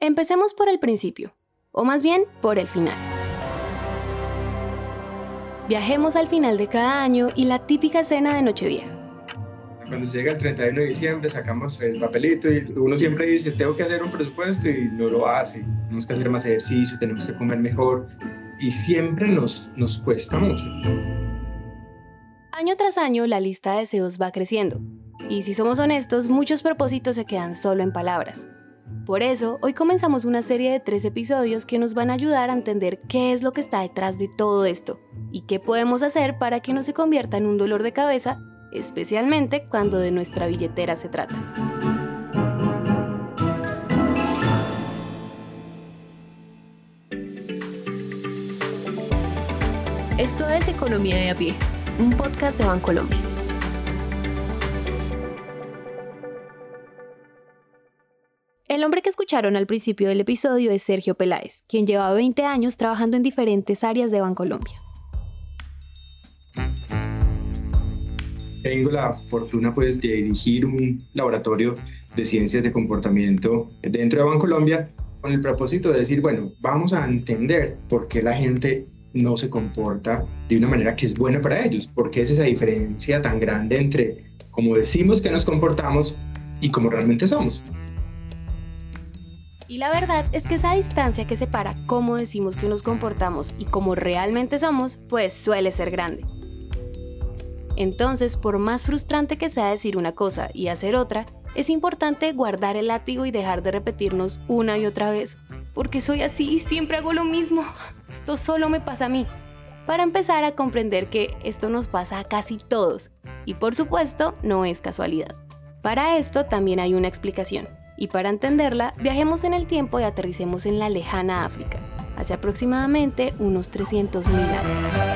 Empecemos por el principio, o más bien por el final. Viajemos al final de cada año y la típica cena de Nochevieja. Cuando se llega el 31 de diciembre sacamos el papelito y uno siempre dice, tengo que hacer un presupuesto y no lo hace. Tenemos que hacer más ejercicio, tenemos que comer mejor y siempre nos cuesta mucho. Año tras año la lista de deseos va creciendo y si somos honestos, muchos propósitos se quedan solo en palabras. Por eso, hoy comenzamos una serie de 3 episodios que nos van a ayudar a entender qué es lo que está detrás de todo esto y qué podemos hacer para que no se convierta en un dolor de cabeza, especialmente cuando de nuestra billetera se trata. Esto es Economía de a pie, un podcast de Bancolombia. El hombre que escucharon al principio del episodio es Sergio Peláez, quien lleva 20 años trabajando en diferentes áreas de Bancolombia. Tengo la fortuna de dirigir un laboratorio de ciencias de comportamiento dentro de Bancolombia con el propósito de decir, bueno, vamos a entender por qué la gente no se comporta de una manera que es buena para ellos, por qué es esa diferencia tan grande entre cómo decimos que nos comportamos y cómo realmente somos. Y la verdad es que esa distancia que separa cómo decimos que nos comportamos y cómo realmente somos, pues suele ser grande. Entonces, por más frustrante que sea decir una cosa y hacer otra, es importante guardar el látigo y dejar de repetirnos una y otra vez, porque soy así y siempre hago lo mismo, esto solo me pasa a mí. Para empezar a comprender que esto nos pasa a casi todos, y por supuesto, no es casualidad. Para esto también hay una explicación. Y para entenderla, viajemos en el tiempo y aterricemos en la lejana África, hace aproximadamente unos 300.000 años.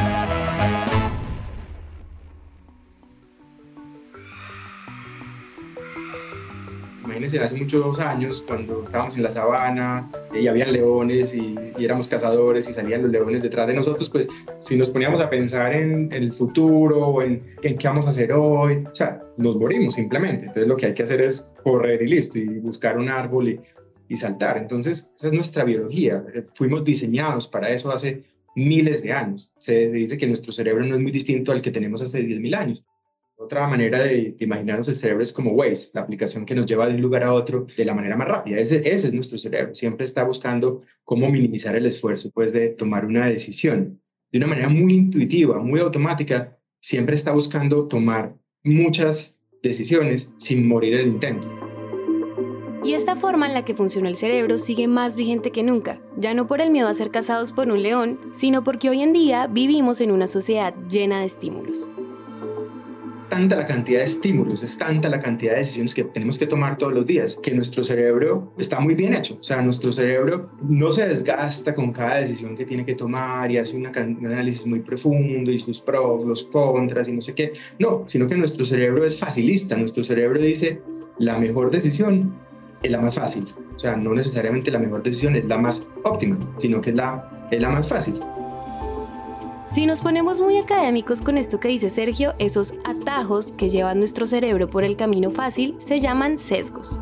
Imagínense, hace muchos años, cuando estábamos en la sabana y habían leones y éramos cazadores y salían los leones detrás de nosotros, pues si nos poníamos a pensar en el futuro o en qué vamos a hacer hoy, o sea, nos morimos simplemente. Entonces lo que hay que hacer es correr y listo, y buscar un árbol y saltar. Entonces esa es nuestra biología. Fuimos diseñados para eso hace miles de años. Se dice que nuestro cerebro no es muy distinto al que tenemos hace 10.000 años. Otra manera de imaginarnos el cerebro es como Waze, la aplicación que nos lleva de un lugar a otro de la manera más rápida. Ese es nuestro cerebro. Siempre está buscando cómo minimizar el esfuerzo de tomar una decisión. De una manera muy intuitiva, muy automática, siempre está buscando tomar muchas decisiones sin morir el intento. Y esta forma en la que funciona el cerebro sigue más vigente que nunca, ya no por el miedo a ser cazados por un león, sino porque hoy en día vivimos en una sociedad llena de estímulos. Tanta la cantidad de estímulos, es tanta la cantidad de decisiones que tenemos que tomar todos los días, que nuestro cerebro está muy bien hecho. O sea, nuestro cerebro no se desgasta con cada decisión que tiene que tomar y hace un análisis muy profundo y sus pros, los contras y no sé qué. No, sino que nuestro cerebro es facilista. Nuestro cerebro dice, la mejor decisión es la más fácil. O sea, no necesariamente la mejor decisión es la más óptima, sino que es la más fácil. Si nos ponemos muy académicos con esto que dice Sergio, esos atajos que llevan nuestro cerebro por el camino fácil se llaman sesgos.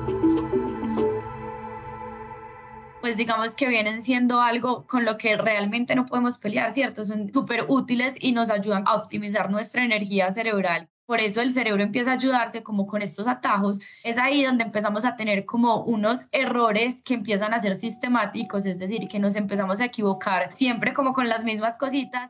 Pues digamos que vienen siendo algo con lo que realmente no podemos pelear, ¿cierto? Son súper útiles y nos ayudan a optimizar nuestra energía cerebral. Por eso el cerebro empieza a ayudarse como con estos atajos. Es ahí donde empezamos a tener como unos errores que empiezan a ser sistemáticos, es decir, que nos empezamos a equivocar siempre como con las mismas cositas.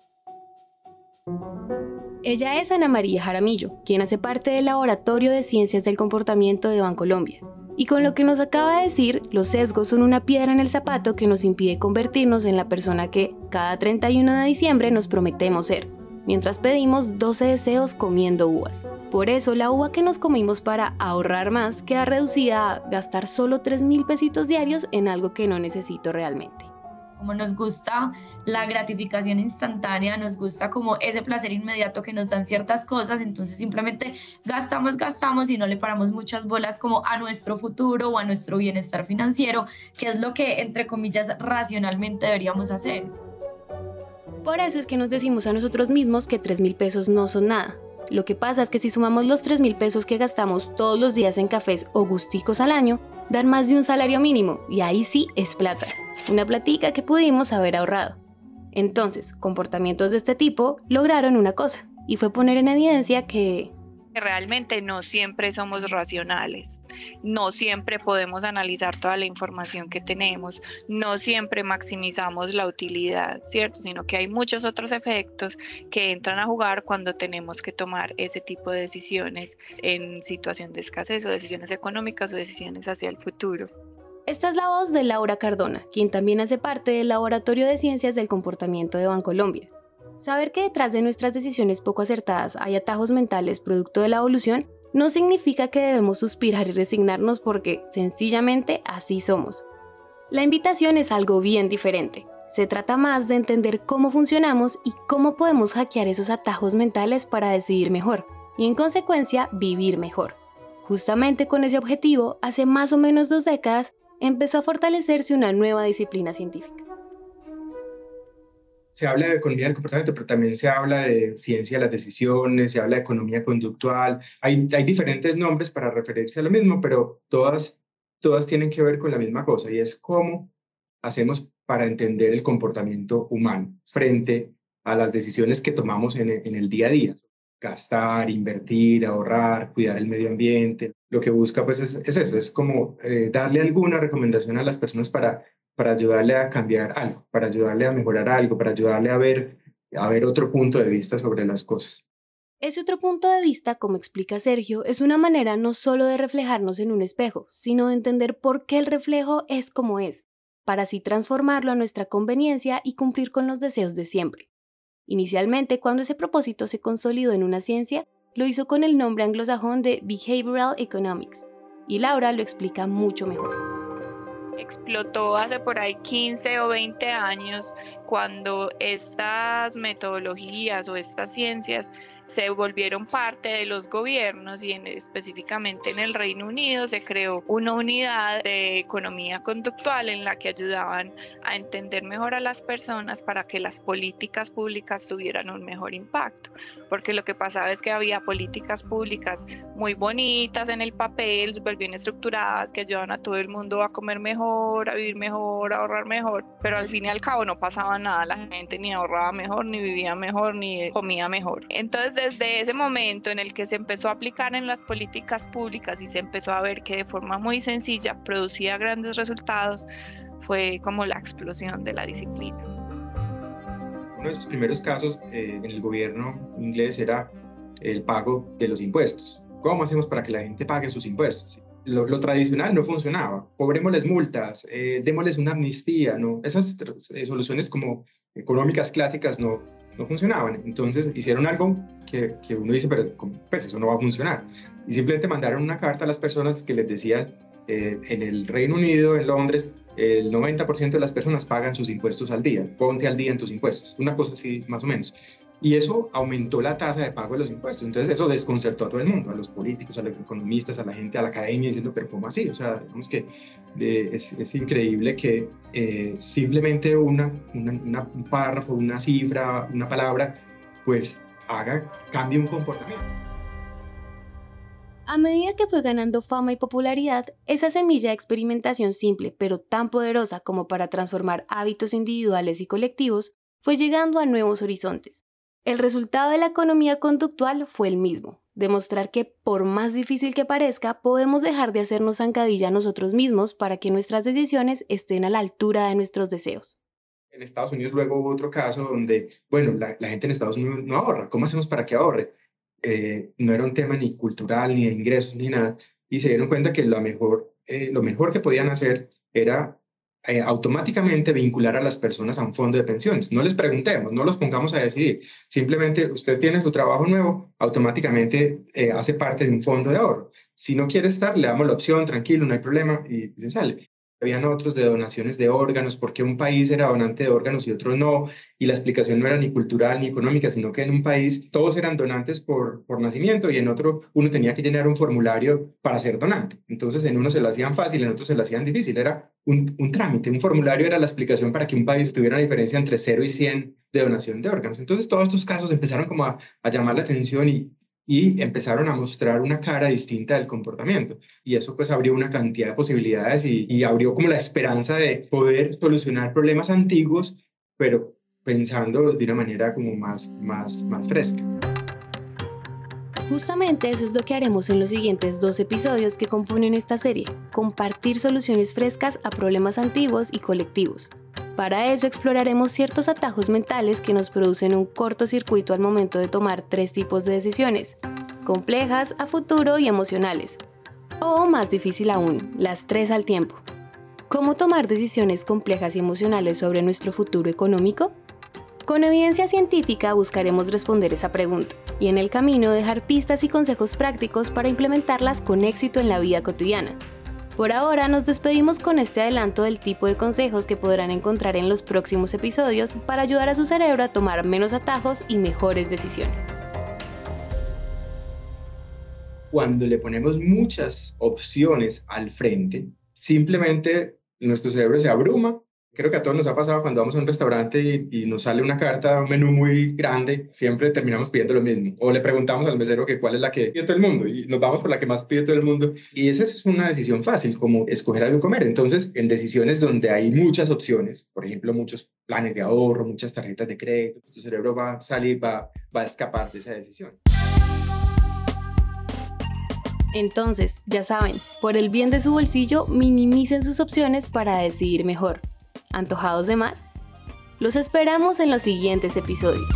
Ella es Ana María Jaramillo, quien hace parte del Laboratorio de Ciencias del Comportamiento de Bancolombia. Y con lo que nos acaba de decir, los sesgos son una piedra en el zapato que nos impide convertirnos en la persona que cada 31 de diciembre nos prometemos ser, mientras pedimos 12 deseos comiendo uvas. Por eso la uva que nos comimos para ahorrar más queda reducida a gastar solo 3.000 pesitos diarios en algo que no necesito realmente. Como nos gusta la gratificación instantánea, nos gusta como ese placer inmediato que nos dan ciertas cosas, entonces simplemente gastamos y no le paramos muchas bolas como a nuestro futuro o a nuestro bienestar financiero, que es lo que entre comillas racionalmente deberíamos hacer. Por eso es que nos decimos a nosotros mismos que 3.000 pesos no son nada, Lo que pasa es que si sumamos los 3.000 pesos que gastamos todos los días en cafés o gusticos al año, dan más de un salario mínimo, y ahí sí es plata. Una platica que pudimos haber ahorrado. Entonces, comportamientos de este tipo lograron una cosa, y fue poner en evidencia que realmente no siempre somos racionales, no siempre podemos analizar toda la información que tenemos, no siempre maximizamos la utilidad, ¿cierto? Sino que hay muchos otros efectos que entran a jugar cuando tenemos que tomar ese tipo de decisiones en situación de escasez o decisiones económicas o decisiones hacia el futuro. Esta es la voz de Laura Cardona, quien también hace parte del Laboratorio de Ciencias del Comportamiento de Bancolombia. Saber que detrás de nuestras decisiones poco acertadas hay atajos mentales producto de la evolución no significa que debemos suspirar y resignarnos porque sencillamente así somos. La invitación es algo bien diferente. Se trata más de entender cómo funcionamos y cómo podemos hackear esos atajos mentales para decidir mejor y en consecuencia vivir mejor. Justamente con ese objetivo, hace más o menos 2 décadas, empezó a fortalecerse una nueva disciplina científica. Se habla de economía del comportamiento, pero también se habla de ciencia de las decisiones, se habla de economía conductual. Hay diferentes nombres para referirse a lo mismo, pero todas tienen que ver con la misma cosa, y es cómo hacemos para entender el comportamiento humano frente a las decisiones que tomamos en el día a día. Gastar, invertir, ahorrar, cuidar el medio ambiente. Lo que busca pues es eso, es como darle alguna recomendación a las personas para ayudarle a cambiar algo, para ayudarle a mejorar algo, para ayudarle a ver otro punto de vista sobre las cosas. Ese otro punto de vista, como explica Sergio, es una manera no solo de reflejarnos en un espejo, sino de entender por qué el reflejo es como es, para así transformarlo a nuestra conveniencia y cumplir con los deseos de siempre. Inicialmente, cuando ese propósito se consolidó en una ciencia, lo hizo con el nombre anglosajón de Behavioral Economics, y Laura lo explica mucho mejor. Explotó hace por ahí 15 o 20 años cuando estas metodologías o estas ciencias se volvieron parte de los gobiernos y específicamente en el Reino Unido se creó una unidad de economía conductual en la que ayudaban a entender mejor a las personas para que las políticas públicas tuvieran un mejor impacto, porque lo que pasaba es que había políticas públicas muy bonitas en el papel, súper bien estructuradas, que ayudaban a todo el mundo a comer mejor, a vivir mejor, a ahorrar mejor, pero al fin y al cabo no pasaba nada, la gente ni ahorraba mejor, ni vivía mejor, ni comía mejor. Entonces, desde ese momento en el que se empezó a aplicar en las políticas públicas y se empezó a ver que de forma muy sencilla producía grandes resultados, fue como la explosión de la disciplina. Uno de sus primeros casos en el gobierno inglés era el pago de los impuestos. ¿Cómo hacemos para que la gente pague sus impuestos? Lo tradicional no funcionaba. Cobrémosles multas, démosles una amnistía, ¿no? Esas soluciones como económicas clásicas no funcionaban. Entonces hicieron algo que uno dice, pero pues eso no va a funcionar. Y simplemente mandaron una carta a las personas que les decía, en el Reino Unido, en Londres, el 90% de las personas pagan sus impuestos al día. Ponte al día en tus impuestos. Una cosa así, más o menos. Y eso aumentó la tasa de pago de los impuestos. Entonces eso desconcertó a todo el mundo, a los políticos, a los economistas, a la gente, a la academia, diciendo, pero ¿cómo así? O sea, digamos que es increíble que simplemente un párrafo, una cifra, una palabra, pues cambie un comportamiento. A medida que fue ganando fama y popularidad, esa semilla de experimentación simple, pero tan poderosa como para transformar hábitos individuales y colectivos, fue llegando a nuevos horizontes. El resultado de la economía conductual fue el mismo, demostrar que por más difícil que parezca, podemos dejar de hacernos zancadilla a nosotros mismos para que nuestras decisiones estén a la altura de nuestros deseos. En Estados Unidos luego hubo otro caso donde, bueno, la gente en Estados Unidos no ahorra. ¿Cómo hacemos para que ahorre? No era un tema ni cultural, ni de ingresos, ni nada. Y se dieron cuenta que lo mejor que podían hacer era automáticamente vincular a las personas a un fondo de pensiones. No les preguntemos, no los pongamos a decidir. Simplemente usted tiene su trabajo nuevo, automáticamente hace parte de un fondo de ahorro. Si no quiere estar, le damos la opción, tranquilo, no hay problema, y se sale. Habían otros de donaciones de órganos, porque un país era donante de órganos y otro no, y la explicación no era ni cultural ni económica, sino que en un país todos eran donantes por nacimiento y en otro uno tenía que llenar un formulario para ser donante. Entonces en uno se lo hacían fácil, en otro se lo hacían difícil. Era un trámite, un formulario era la explicación para que un país tuviera una diferencia entre 0 y 100 de donación de órganos. Entonces todos estos casos empezaron como a llamar la atención y y empezaron a mostrar una cara distinta del comportamiento. Y eso pues abrió una cantidad de posibilidades y abrió como la esperanza de poder solucionar problemas antiguos, pero pensando de una manera como más fresca. Justamente eso es lo que haremos en los siguientes 2 episodios que componen esta serie, compartir soluciones frescas a problemas antiguos y colectivos. Para eso exploraremos ciertos atajos mentales que nos producen un cortocircuito al momento de tomar 3 tipos de decisiones, complejas, a futuro y emocionales. O más difícil aún, las 3 al tiempo. ¿Cómo tomar decisiones complejas y emocionales sobre nuestro futuro económico? Con evidencia científica buscaremos responder esa pregunta y en el camino dejar pistas y consejos prácticos para implementarlas con éxito en la vida cotidiana. Por ahora nos despedimos con este adelanto del tipo de consejos que podrán encontrar en los próximos episodios para ayudar a su cerebro a tomar menos atajos y mejores decisiones. Cuando le ponemos muchas opciones al frente, simplemente nuestro cerebro se abruma. Creo que a todos nos ha pasado cuando vamos a un restaurante y nos sale una carta, un menú muy grande, siempre terminamos pidiendo lo mismo. O le preguntamos al mesero que cuál es la que pide todo el mundo y nos vamos por la que más pide todo el mundo. Y esa es una decisión fácil, como escoger algo que comer. Entonces, en decisiones donde hay muchas opciones, por ejemplo, muchos planes de ahorro, muchas tarjetas de crédito, tu cerebro va a salir, va a escapar de esa decisión. Entonces, ya saben, por el bien de su bolsillo, minimicen sus opciones para decidir mejor. ¿Antojados de más? Los esperamos en los siguientes episodios.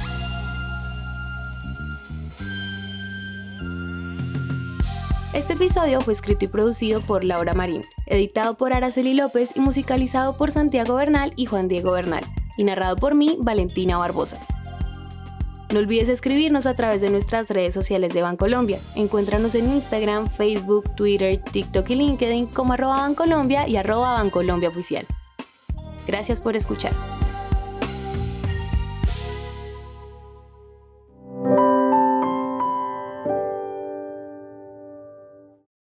Este episodio fue escrito y producido por Laura Marín, editado por Araceli López y musicalizado por Santiago Bernal y Juan Diego Bernal, y narrado por mí, Valentina Barbosa. No olvides escribirnos a través de nuestras redes sociales de Bancolombia. Encuéntranos en Instagram, Facebook, Twitter, TikTok y LinkedIn como @Bancolombia y @BancolombiaOficial. Gracias por escuchar.